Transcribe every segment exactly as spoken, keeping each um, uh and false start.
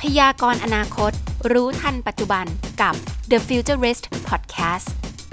พยากรณ์อนาคตรู้ทันปัจจุบันกับ The Futurist Podcast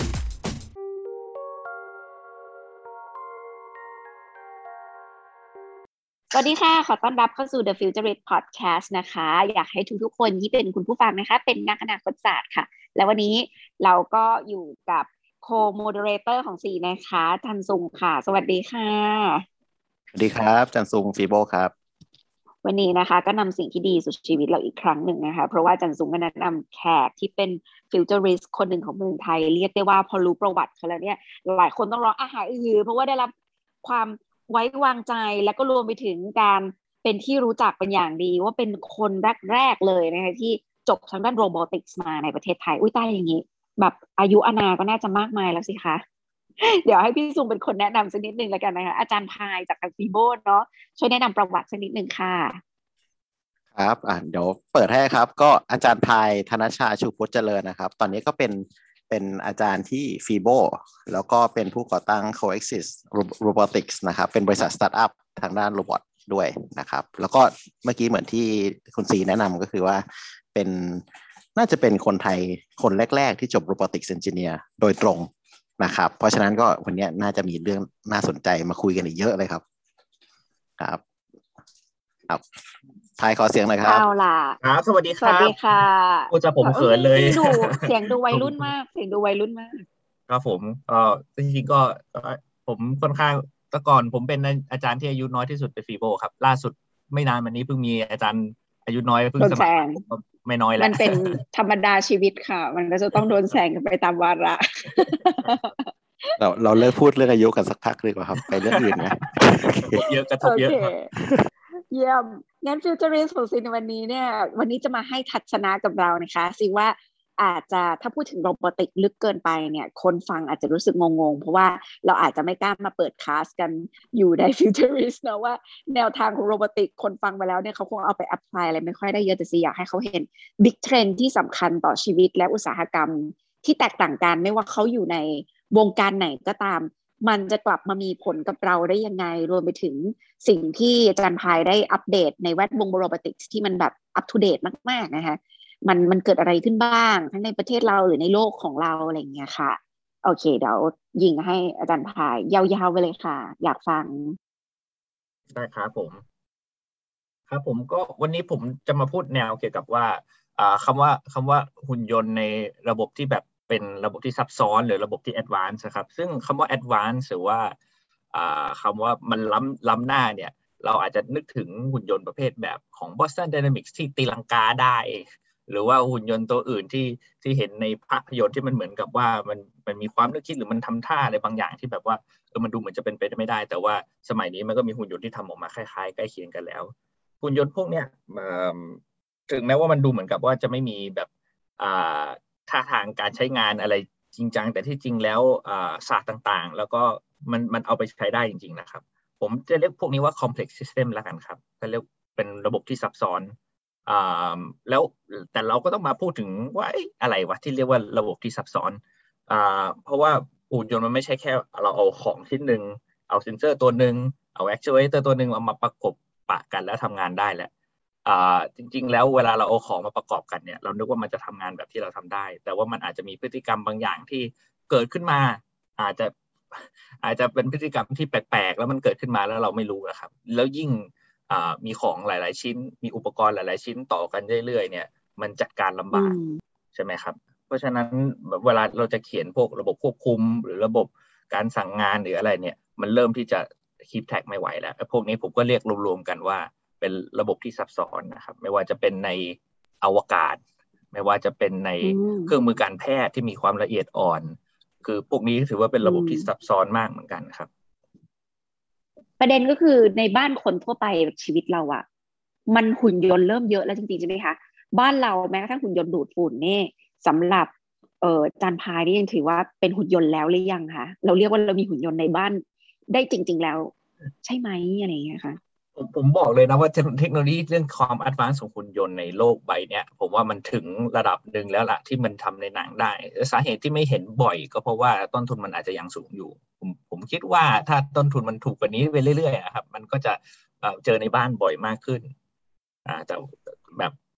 สวัสดีค่ะขอต้อนรับเข้าสู่ The Futurist Podcast นะคะอยากให้ทุกๆคนที่เป็นคุณผู้ฟังนะคะเป็นนักอนาคตศาสตร์ค่ะและวันนี้เราก็อยู่กับโคโมเดเรเตอร์ของสี่นะคะจันซุงค่ะสวัสดีค่ะสวัสดีครับจันซุงฟีโบครับวันนี้นะคะก็นำสิ่งที่ดีสู่ชีวิตเราอีกครั้งหนึ่งนะคะเพราะว่าจันซุงก็แนะนำแขกที่เป็น Futurist คนหนึ่งของเมืองไทยเรียกได้ว่าพอรู้ประวัติเขาแล้วเนี่ยหลายคนต้องร้องอาหารอือเพราะว่าได้รับความไว้วางใจและก็รวมไปถึงการเป็นที่รู้จักเป็นอย่างดีว่าเป็นคนแรกๆเลยนะคะที่จบทางด้านโรบอติกส์มาในประเทศไทยอุ้ยตายอย่างนี้แบบอายุอานาก็น่าจะมากมายแล้วสิคะเดี๋ยวให้พี่ซุงเป็นคนแนะนำสักนิดนึงแล้วกันนะคะอาจารย์พายจากฟีโบเนาะช่วยแนะนำประวัติสักนิดนึงค่ะครับอ่าเดี๋ยวเปิดให้ครับก็อาจารย์พายธนชาชูพุทธเจริญนะครับตอนนี้ก็เป็นเป็นอาจารย์ที่ฟีโบแล้วก็เป็นผู้ก่อตั้ง Coexist Robotics นะครับเป็นบริษัทสตาร์ทอัพทางด้านโรบอทด้วยนะครับแล้วก็เมื่อกี้เหมือนที่คุณซีแนะนำก็คือว่าเป็นน่าจะเป็นคนไทยคนแรกๆที่จบ Robotics Engineer โดยตรงนะครับเพราะฉะนั้นก็วันนี้น่าจะมีเรื่องน่าสนใจมาคุยกันอีกเยอะเลยครับครับครับทายขอเสียงหน่อยครับเอาล่ะครับสวัสดีสวัสดีค่ะพูดจะผมเขินเลยดูเสียงดูวัยรุ่นมากเสียงดูวัยรุ่นมากครับผมเอ่อจริงๆก็ผมค่อนข้างแต่ก่อนผมเป็นอาจารย์ที่อายุน้อยที่สุดในฟีโบครับล่าสุดไม่นานมานี้เพิ่งมีอาจารย์อายุน้อยเพิ่งสมัครไม่น้อยแล้วมันเป็นธรรมดาชีวิตค่ะมันก็จะต้องโดนแซงกันไปตามวาระเราเราเลิกพูดเรื่องอายุกันสักพักเลยก่อนครับไปเรื่องอื่นนะเยอะกระทบเยอะเยี่ยมงั้นฟิวเจอริสของซีในวันนี้เนี่ยวันนี้จะมาให้ทัศนะกับเรานะคะซิว่าอาจจะถ้าพูดถึงโรบอติกลึกเกินไปเนี่ยคนฟังอาจจะรู้สึกงงๆเพราะว่าเราอาจจะไม่กล้ามาเปิดคลาสกันอยู่ในฟิวเจอริสนะว่าแนวทางของโรบอติกคนฟังไปแล้วเนี่ยเขาคงเอาไปอัพพลายอะไรไม่ค่อยได้เยอะแต่ซีอยากให้เขาเห็นบิ๊กเทรนด์ที่สำคัญต่อชีวิตและอุตสาหกรรมที่แตกต่างกันไม่ว่าเขาอยู่ในวงการไหนก็ตามมันจะกลับมามีผลกับเราได้ยังไงรวมไปถึงสิ่งที่อาจารย์พายได้อัปเดตในแวดวงโรบอติกส์ที่มันแบบอัปทูเดตมากๆนะคะมันมันเกิดอะไรขึ้นบ้างทั้งในประเทศเราหรือในโลกของเราอะไรอย่างเงี้ยค่ะโอเคเดี๋ยวยิงให้อาจารย์พายยาวๆไปเลยค่ะอยากฟังได้ครับผมครับผมก็วันนี้ผมจะมาพูดแนวเกี่ยวกับว่าอ่าคำว่าคำว่าหุ่นยนต์ในระบบที่แบบเป็นระบบที่ซับซ้อนหรือระบบที่แอดวานซ์นะครับซึ่งคำว่าแอดวานซ์หรือว่าอ่าคำว่ามันล้ำล้ำหน้าเนี่ยเราอาจจะนึกถึงหุ่นยนต์ประเภทแบบของ Boston Dynamics ที่ตีลังกาได้หรือว่าหุ่นยนต์ตัวอื่นที่ที่เห็นในภาพยนตร์ที่มันเหมือนกับว่ามันมันมีความนึกคิดหรือมันทำท่าอะไรบางอย่างที่แบบว่าเออมันดูเหมือนจะเป็นไปไม่ได้แต่ว่าสมัยนี้มันก็มีหุ่นยนต์ที่ทำออกมาคล้ายๆใกล้เคียงกันแล้วหุ่นยนต์พวกเนี้ยถึงแม้ว่ามันดูเหมือนกับว่าจะไม่มีแบบท่าทางการใช้งานอะไรจริงจังแต่ที่จริงแล้วศาสตร์ต่างๆแล้วก็มันมันเอาไปใช้ได้จริงๆนะครับผมจะเรียกพวกนี้ว่า complex system แล้วกันครับจะเรียกเป็นระบบที่ซับซ้อนแล้วแต่เราก็ต้องมาพูดถึงว่าอะไรวะที่เรียกว่าระบบที่ซับซ้อนเพราะว่าหุ่นยนต์มันไม่ใช่แค่เราเอาของชิ้นหนึ่งเอาเซนเซอร์ตัวหนึ่งเอา actuator ตัวหนึ่งเอามาประกบปะกันแล้วทำงานได้แหละจริงๆแล้วเวลาเราเอาของมาประกอบกันเนี่ยเรานึกว่ามันจะทำงานแบบที่เราทำได้แต่ว่ามันอาจจะมีพฤติกรรมบางอย่างที่เกิดขึ้นมาอาจจะอาจจะเป็นพฤติกรรมที่แปลกๆแล้วมันเกิดขึ้นมาแล้วเราไม่รู้นะครับแล้วยิ่งมีของหลายๆชิ้นมีอุปกรณ์หลายๆชิ้นต่อกันเรื่อยๆเนี่ยมันจัดการลำบากใช่ไหมครับเพราะฉะนั้นเวลาเราจะเขียนพวกระบบควบคุมหรือระบบการสั่งงานหรืออะไรเนี่ยมันเริ่มที่จะคีปแท็กไม่ไหวแล้วพวกนี้ผมก็เรียกรวมๆกันว่าเป็นระบบที่ซับซ้อนนะครับไม่ว่าจะเป็นในอวกาศไม่ว่าจะเป็นในเครื่องมือการแพทย์ที่มีความละเอียดอ่อนคือพวกนี้ถือว่าเป็นระบบที่ซับซ้อนมากเหมือนกันครับประเด็นก็คือในบ้านคนทั่วไปชีวิตเราอะมันหุ่นยนต์เริ่มเยอะแล้วจริงๆใช่ไหมคะบ้านเราแม้กระทั่งหุ่นยนต์ดูดฝุ่นนี่สำหรับเอ่อจานพายนี่ยังถือว่าเป็นหุ่นยนต์แล้วหรือยังคะเราเรียกว่าเรามีหุ่นยนต์ในบ้านได้จริงๆแล้วใช่ไหมอะไรอย่างเงี้ยค่ะผมผมบอกเลยนะว่าเทคโนโลยีเรื่องความแอดวานซ์ของหุ่นยนต์ในโลกใบเนี้ยผมว่ามันถึงระดับหนึ่งแล้วล่ะที่มันทำในหนังได้สาเหตุที่ไม่เห็นบ่อยก็เพราะว่าต้นทุนมันอาจจะยังสูงอยู่ผมผมคิดว่าถ้าต้นทุนมันถูกกว่านี้ไปเรื่อยๆครับมันก็จะเจอในบ้านบ่อยมากขึ้นอ่าแต่แบบ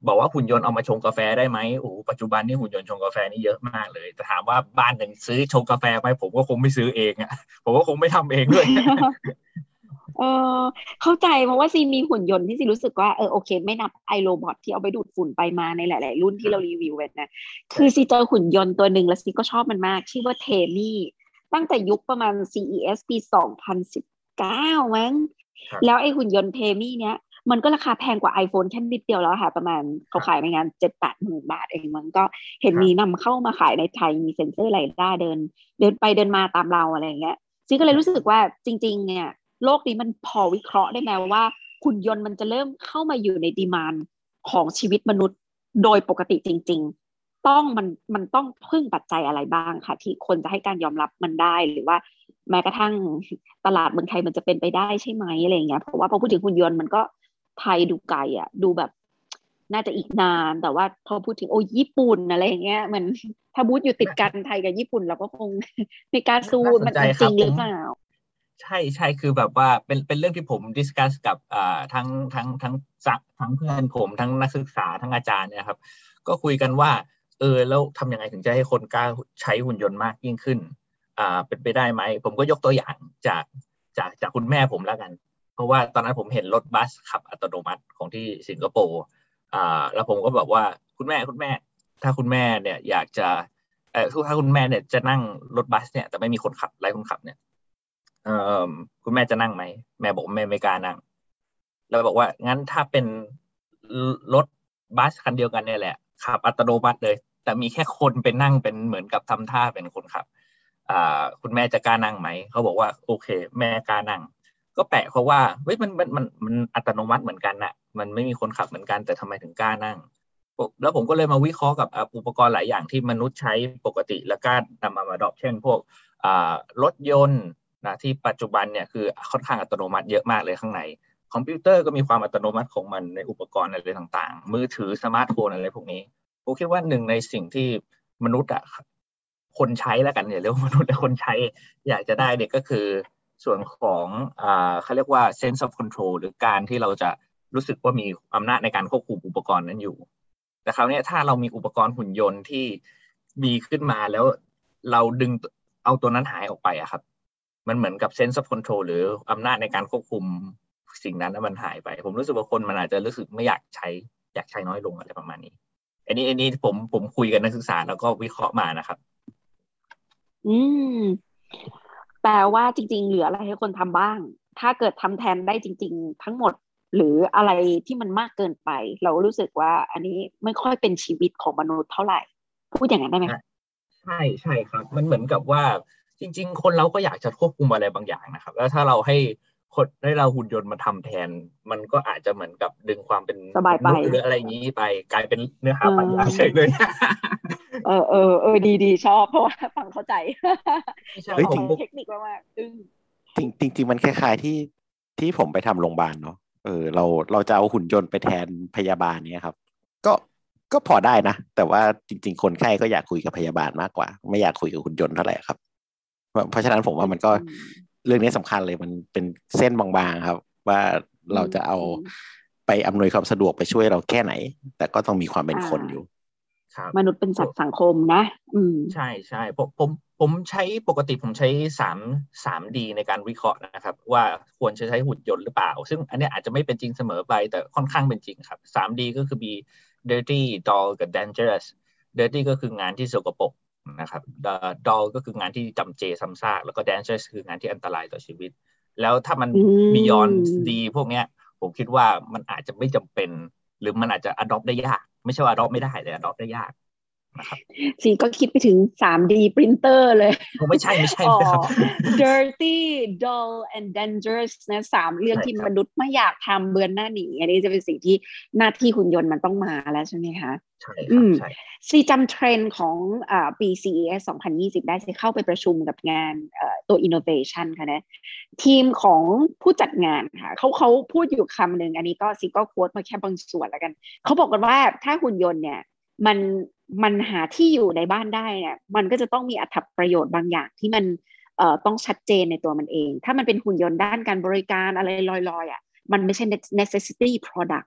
บอกว่าหุ่นยนต์เอามาชงกาแฟได้ไหมโอ้ปัจจุบันนี่หุ่นยนต์ชงกาแฟนี่เยอะมากเลยแต่ถามว่าบ้านหนึ่งซื้อชงกาแฟไหมผมก็คงไม่ซื้อเองอ่ะผมก็คงไม่ทำเองด้วยเออเข้าใจเพราะว่าซีมีหุ่นยนต์ที่ซีรู้สึกว่าเออโอเคไม่นับไอโรบอทที่เอาไปดูดฝุ่นไปมาในหลายๆรุ่นที่เรารีวิวกันนะคือซีเจอหุ่นยนต์ตัวหนึ่งแล้วซีก็ชอบมันมากชื่อว่าเทมี่ตั้งแต่ยุคประมาณ ซี อี เอส ปีสองพันสิบเก้ามั้งแล้วไอหุ่นยนต์เทมี่เนี้ยมันก็ราคาแพงกว่า iPhone แค่นิดเดียวแล้วค่ะประมาณเขาขายในงานเจ็ดแปดหมื่นบาทเองมันก็เห็นมีนำเข้ามาขายในไทยมีเซ็นเซอร์อะไรได้เดินเดินไปเดินมาตามเราอะไรอย่างเงี้ยซีก็เลยรู้สึกว่าจริงๆเนี่ยโลกนี้มันพอวิเคราะห์ได้ไหมว่าหุ่นยนต์มันจะเริ่มเข้ามาอยู่ในดีมานด์ของชีวิตมนุษย์โดยปกติจริงๆต้องมันมันต้องพึ่งปัจจัยอะไรบ้างค่ะที่คนจะให้การยอมรับมันได้หรือว่าแม้กระทั่งตลาดเมืองไทยมันจะเป็นไปได้ใช่ไหมอะไรอย่างเงี้ยเพราะว่าพอพูดถึงหุ่นยนต์มันก็ไทยดูไกลอ่ะดูแบบน่าจะอีกนานแต่ว่าพอพูดถึงโอ้ญี่ปุ่นอะไรอย่างเงี้ยมันถ้าบูธอยู่ติดกันไทยกับญี่ปุ่นเราก็คงไม่กล้าสู้มันจริงหรือเปล่าใช่ใช่คือแบบว่าเป็นเป็นเรื่องที่ผมดิสคัสกับอ่าทั้งทั้งทั้งสักทั้งเพื่อนผมทั้งนักศึกษาทั้งอาจารย์เนี่ยครับก็คุยกันว่าเออแล้วทำยังไงถึงจะให้คนกล้าใช้หุ่นยนต์มากยิ่งขึ้นอ่าเป็นไปได้ไหมผมก็ยกตัวอย่างจากจากจากคุณแม่ผมแล้วกันเพราะว่าตอนนั้นผมเห็นรถบัสขับอัตโนมัติของที่สิงคโปร์อ่าแล้วผมก็บอกว่าคุณแม่คุณแม่ถ้าคุณแม่เนี่ยอยากจะเออถ้าคุณแม่เนี่ยจะนั่งรถบัสเนี่ยแต่ไม่มีคนขับไร้คนขับเนี่ยเอ่อคุณแม่จะนั่งไหมแม่บอกแม่ไม่กล้านั่งแล้วบอกว่างั้นถ้าเป็นรถบัสคันเดียวกันเนี่ยแหละขับอัตโนมัติเลยแต่มีแค่คนเป็นนั่งเป็นเหมือนกับทำท่าเป็นคนขับอ่าคุณแม่จะกล้านั่งไหมเขาบอกว่าโอเคแม่กล้านั่งก็แปลกเพราะว่าเฮ้ยมันมันมันมันอัตโนมัติเหมือนกันน่ะมันไม่มีคนขับเหมือนกันแต่ทำไมถึงกล้านั่งแล้วผมก็เลยมาวิเคราะห์กับอุปกรณ์หลายอย่างที่มนุษย์ใช้ปกติและกล้านำมามาดรอปเช่นพวกอ่ารถยนต์นะที่ปัจจุบันเนี่ยคือค่อนข้างอัตโนมัติเยอะมากเลยข้างในคอมพิวเตอร์ก็มีความอัตโนมัติของมันในอุปกรณ์อะไรต่างๆมือถือสมาร์ทโฟนอะไรพวกนี้ผมคิดว่าหนึ่งในสิ่งที่มนุษย์อ่ะคนใช้แล้วกันเนี่ยเรียกว่ามนุษย์และคนใช้อยากจะได้เนี่ยก็คือส่วนของอ่าเขาเรียกว่า sense of control หรือการที่เราจะรู้สึกว่ามีอำนาจในการควบคุมอุปกรณ์นั้นอยู่แต่คราวนี้ถ้าเรามีอุปกรณ์หุ่นยนต์ที่มีขึ้นมาแล้วเราดึงเอาตัวนั้นหายออกไปอะครับมันเหมือนกับ sense of control หรืออำนาจในการควบคุมสิ่งนั้นมันหายไปผมรู้สึกว่าคนมันอาจจะรู้สึกไม่อยากใช้อยากใช้น้อยลงอะไรประมาณนี้อันนี้อันนี้ผมผมคุยกับนักศึกษาแล้วก็วิเคราะห์มานะครับอืมแปลว่าจริงๆเหลืออะไรให้คนทำบ้างถ้าเกิดทำแทนได้จริงๆทั้งหมดหรืออะไรที่มันมากเกินไปเรารู้สึกว่าอันนี้ไม่ค่อยเป็นชีวิตของมนุษย์เท่าไหร่พูดอย่างนั้นได้ไหมใช่ใช่ครับมันเหมือนกับว่าจริงๆคนเราก็อยากจะควบคุมอะไรบางอย่างนะครับแล้วถ้าเราให้คนให้เราหุ่นยนต์มาทำแทนมันก็อาจจะเหมือนกับดึงความเป็นสบายไปหรืออะไรอย่างนี้ไปกลายเป็นเนื้อหาปัญญาเฉยเลยเออเออเออดีดีชอบเพราะว่าฟังเข้าใจเฮ้ยจริงเทคนิคมากๆอึ้งจริงจริงมันคล้ายๆที่ที่ผมไปทำโรงพยาบาลเนาะเออเราเราจะเอาหุ่นยนต์ไปแทนพยาบาลเนี่ยครับก็ก็พอได้นะแต่ว่าจริงๆคนไข้ก็อยากคุยกับพยาบาลมากกว่าไม่อยากคุยกับหุ่นยนต์เท่าไหร่ครับเพราะฉะนั้นผมว่ามันก็เรื่องนี้สำคัญเลยมันเป็นเส้นบางๆครับว่าเราจะเอาไปอำนวยความสะดวกไปช่วยเราแค่ไหนแต่ก็ต้องมีความเป็นคนอยู่มนุษย์เป็นสัตว์สังคมนะอืมใช่ใช่ผมผมผมใช้ปกติผมใช้สามสามดีในการวิเคราะห์นะครับว่าควรจะใช้หุ่นยนต์หรือเปล่าซึ่งอันนี้อาจจะไม่เป็นจริงเสมอไปแต่ค่อนข้างเป็นจริงครับสามดีก็คือมี dirty dull กับ dangerous dirty ก็คืองานที่สกปรกนะครับ dull ก็คืองานที่จำเจซ้ำซากแล้วก็ dangerous คืองานที่อันตรายต่อชีวิตแล้วถ้ามัน beyond ดีพวกเนี้ยผมคิดว่ามันอาจจะไม่จำเป็นหรือมันอาจจะ adopt ได้ยากไม่ใช่ว่า adopt ไม่ได้แต่ adopt ได้ยากนะครับซีก็คิดไปถึง ทรี ดี printer เลยไม่ใช่ไม่ใช่ครับ dirty dull and dangerous นะสามเรื่องที่มนุษย์ไม่อยากทำเบือนหน้าหนีอันนี้จะเป็นสิ่งที่หน้าที่หุ่นยนต์มันต้องมาแล้วใช่ไหมคะใช่ครับใช่ซีจำเทรนด์ของอ่าปี ซี อี เอส สองพันยี่สิบได้ซีเข้าไปประชุมกับงานเอ่อตัว innovation ค่ะนะทีมของผู้จัดงานค่ะเขาเขาพูดอยู่คำหนึ่งอันนี้ก็ซีก็โค้ดมาแค่บางส่วนแล้วกันเขาบอกกันว่าถ้าหุ่นยนต์เนี่ยมันมันหาที่อยู่ในบ้านได้เนี่ยมันก็จะต้องมีอรรถประโยชน์บางอย่างที่มันเอ่อต้องชัดเจนในตัวมันเองถ้ามันเป็นหุ่นยนต์ด้านการบริการอะไรลอยๆอ่ะมันไม่ใช่ necessity product นะ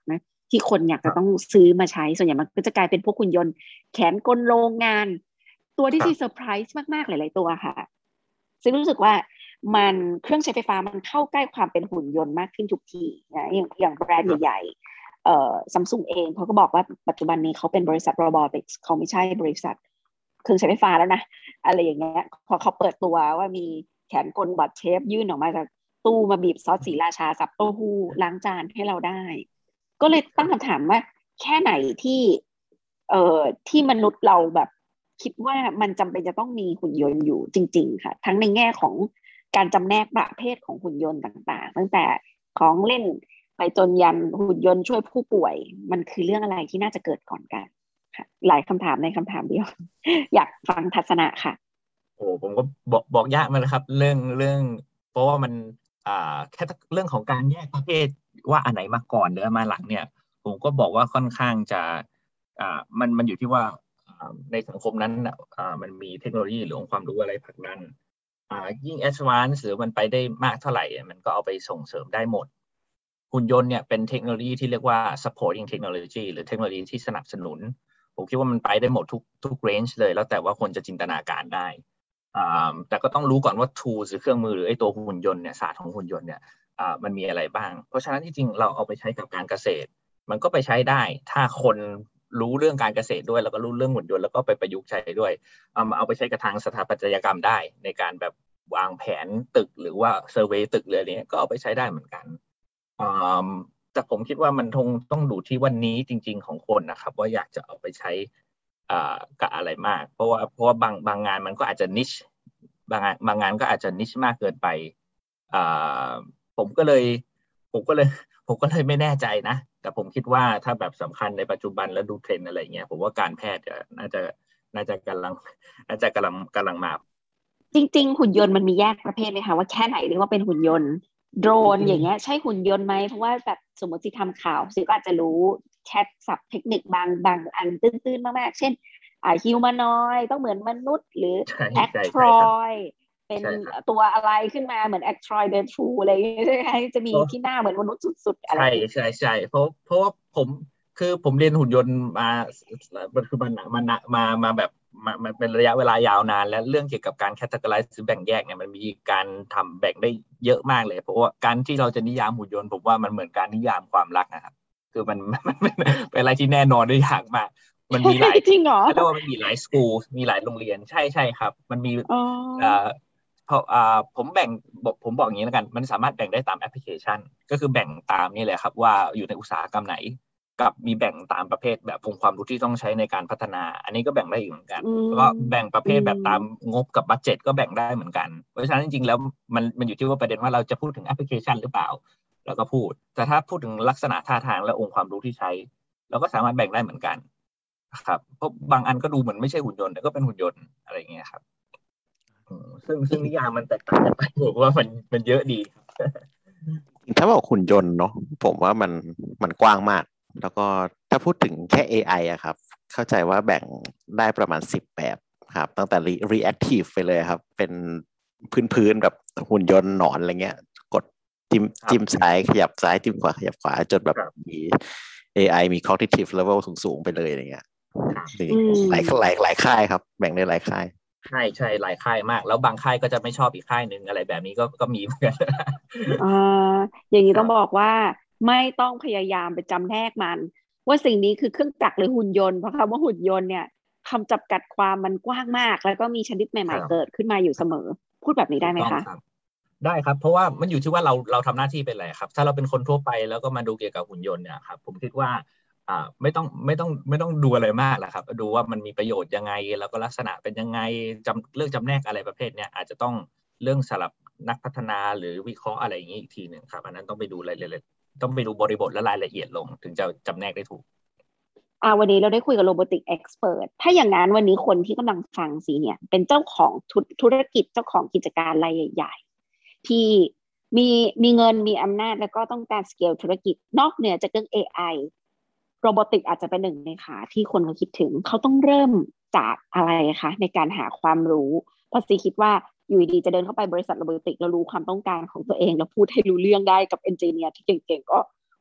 ที่คนอยากจะต้องซื้อมาใช้ส่วนใหญ่มันก็จะกลายเป็นพวกหุ่นยนต์แขนกลโรงงานตัวที่ซีเซอร์ไพรส์มากๆหลายๆตัวค่ะซึ่งรู้สึกว่ามันเครื่องใช้ไฟฟ้ามันเข้าใกล้ความเป็นหุ่นยนต์มากขึ้นทุกทีนะอย่างอย่างแบรนด์ใหญ่ๆเอ่อ Samsung เองเขาก็บอกว่าปัจจุบันนี้เขาเป็นบริษัทโรบอติกส์เขาไม่ใช่บริษัทเครื่องใช้ไฟฟ้าแล้วนะอะไรอย่างเงี้ยพอเขาเปิดตัวว่ามีแขนกลบอทเชฟยื่นออกมาจากตู้มาบีบซอสสีราชาสับเต้าหู้ล้างจานให้เราได้ก็เลยตั้งคำถามว่าแค่ไหนที่เอ่อที่มนุษย์เราแบบคิดว่ามันจำเป็นจะต้องมีหุ่นยนต์อยู่จริงๆค่ะทั้งในแง่ของการจำแนกประเภทของหุ่นยนต์ต่างๆตั้งแต่ของเล่นไปจนยันหุ่นยนต์ช่วยผู้ป่วยมันคือเรื่องอะไรที่น่าจะเกิดก่อนกันค่ะหลายคำถามในคำถามเดียว อยากฟังทัศนะค่ะโอ้ผมก็บอกบอกยากมาแล้วครับเรื่องเรื่องเพราะว่ามันอ่าแค่เรื่องของการแยกประเภทว่าอันไหนมาก่อนหรือมาหลังเนี่ยผมก็บอกว่าค่อนข้างจะอ่ามันมันอยู่ที่ว่าในสังคมนั้นอ่ามันมีเทคโนโลยีหรือองค์ความรู้อะไรผลักดันอ่ายิ่ง advance หรือมันไปได้มากเท่าไหร่มันก็เอาไปส่งเสริมได้หมดหุ่นยนต์เนี่ยเป็นเทคโนโลยีที่เรียกว่า supporting technology หรือเทคโนโลยีที่สนับสนุนผมคิดว่ามันไปได้หมดทุกทุก range เลยแล้วแต่ว่าคนจะจินตนาการได้แต่ก็ต้องรู้ก่อนว่า tools หรือเครื่องมือหรือไอ้ตัวหุ่นยนต์เนี่ยศาสตร์ของหุ่นยนต์เนี่ยมันมีอะไรบ้างเพราะฉะนั้นที่จริงเราเอาไปใช้กับการเกษตรมันก็ไปใช้ได้ถ้าคนรู้เรื่องการเกษตรด้วยแล้วก็รู้เรื่องหุ่นยนต์แล้วก็ไปประยุกต์ใช้ด้วยเอามาเอาไปใช้กับทางสถาปัตยกรรมได้ในการแบบวางแผนตึกหรือว่าเซอร์เวย์ตึกเลยอะไรเงี้ยก็เอาไปใช้ได้เหมือนกันแต่ผมคิดว่ามันคงต้องดูที่วันนี้จริงๆของคนนะครับว่าอยากจะเอาไปใช้กับอะไรมากเพราะว่าเพราะว่าบางบางงานมันก็อาจจะนิชบางงานบางงานก็อาจจะนิชมากเกินไปผมก็เลยผมก็เลยผมก็เลยไม่แน่ใจนะแต่ผมคิดว่าถ้าแบบสำคัญในปัจจุบันแล้วดูเทรนด์อะไรเงี้ยผมว่าการแพทย์น่าจะน่าจะกำลังน่าจะกำลังกำลังมาจริงๆหุ่นยนต์มันมีแยกประเภทไหมคะว่าแค่ไหนเรียกว่าเป็นหุ่นยนต์โดรนอย่างเงี้ยใช่หุ่นยนต์ไหมเพราะว่าแบบสมมติที่ทำข่าวซิก็อาจจะรู้แค่ศัพท์เทคนิคบางบางอันตื้นๆมากๆเช่นอ่าฮิวแมนอยด์ต้องเหมือนมนุษย์หรือแอคทรอยเป็นตัวอะไรขึ้นมาเหมือนแอคทรอยเดทรูอะไรอย่างเงี้ยใช่ไหมจะมีที่หน้าเหมือนมนุษย์สุดๆอะไรใช่ใช่ใช่เพราะเพราะว่าผมคือผมเรียนหุ่นยนต์มามันคือมันมันมามาแบบมันเป็นระยะเวลายาวนานและเรื่องเกี่ยวกับการแคตตาล็อกหรือแบ่งแยกเนี่ยมันมีการทำแบ่งได้เยอะมากเลยเพราะว่าการที่เราจะนิยามหุ่นยนต์ผมว่ามันเหมือนการนิยามความรักนะครับคือมันมันเป็นอะไรที่แน่นอนได้ยากมากมันมีหลายจริงเหรอเรียกว่ามันมีหลายสกูลมีหลายโรงเรียนใช่ใช่ครับมันมีอ่าเพราะอ่าผมแบ่งผมบอกอย่างนี้แล้วกันมันสามารถแบ่งได้ตามแอปพลิเคชันก็คือแบ่งตามนี่แหละครับว่าอยู่ในอุตสาหกรรมไหนกับมีแบ่งตามประเภทแบบองค์ความรู้ที่ต้องใช้ในการพัฒนาอันนี้ก็แบ่งได้อีกเหมือนกันแล้วก็แบ่งประเภทแบบตามงบกับบัดเจ็ตก็แบ่งได้เหมือนกันเพราะฉะนั้นจริงๆแล้วมันมันอยู่ที่ว่าประเด็นว่าเราจะพูดถึงแอปพลิเคชันหรือเปล่าแล้วก็พูดแต่ถ้าพูดถึงลักษณะท่าทางและองค์ความรู้ที่ใช้เราก็สามารถแบ่งได้เหมือนกันครับเพราะบางอันก็ดูเหมือนไม่ใช่หุ่นยนต์แต่ก็เป็นหุ่นยนต์อะไรอย่างเงี้ยครับซึ่งซึ่งนิยามมันแตกต่างกันไปผมว่ามันมันเยอะดีถ้าบอกหุ่นยนต์เนาะผมว่ามันมันกว้างมากแล้วก็ถ้าพูดถึงแค่ เอ ไอ อะครับเข้าใจว่าแบ่งได้ประมาณสิบแบบครับตั้งแต่ reactive ไปเลยครับเป็นพื้นๆแบบหุ่นยนต์หนอนอะไรเงี้ยกดจิ้มจิ้มซ้ายขยับซ้ายจิ้มขวาขยับขวาจนแบบมี เอ ไอ มี cognitive level สูงๆไปเลยอย่างเงี้ยหลายหลายหลายค่ายครับแบ่งได้หลายค่ายใช่ใช่หลายค่ายมากแล้วบางค่ายก็จะไม่ชอบอีกค่ายหนึ่งอะไรแบบนี้ก็ก็มีเหมือนกันอ่าอย่างนี้ต้องบอกว่าไม่ต้องพยายามไปจำแนกมันว่าสิ่งนี้คือเครื่องจักรหรือหุ่นยนต์เพราะคำว่าหุ่นยนต์เนี่ยคำจำกัดความมันกว้างมากแล้วก็มีชนิดใหม่ๆเกิดขึ้นมาอยู่เสมอพูดแบบนี้ได้ไหมคะได้ครับเพราะว่ามันอยู่ที่ว่าเราเราทำหน้าที่เป็นอะไรครับถ้าเราเป็นคนทั่วไปแล้วก็มาดูเกี่ยวกับหุ่นยนต์เนี่ยครับผมคิดว่าอ่าไม่ต้องไม่ต้องไม่ต้องดูอะไรมากแหละครับดูว่ามันมีประโยชน์ยังไงแล้วก็ลักษณะเป็นยังไงจำเรื่องจำแนกอะไรประเภทเนี้ยอาจจะต้องเรื่องสำหรับนักพัฒนาหรือวิเคราะห์อะไรอย่างนี้อีกทีหนึ่งครับอันนั้นต้องไปดูรายละเอียดต้องไปดูบริบทและรายละเอียดลงถึงจะจำแนกได้ถูกอ่าวันนี้เราได้คุยกับโรบอติกเอ็กซ์เพรสถ้าอย่างนั้นวันนี้คนที่กำลังฟังสิเนี่ยเป็นเจ้าของธุรกิจเจ้าของกิจการรายใหญ่ๆที่มีมีเงินมีอำนาจแล้วก็ต้องการสเกลธุรกิจนอกเหนือจากเรื่อง เอ ไอ โรบอติกอาจจะเป็นหนึ่งในขาที่คนเขาคิดถึงเขาต้องเริ่มจากอะไรคะในการหาความรู้เพราะซีคิดว่าอยู่ดีจะเดินเข้าไปบริษัทโรบอติกแล้วรู้ความต้องการของตัวเองแล้วพูดให้รู้เรื่องได้กับเอนจิเนียร์ที่เก่งๆก็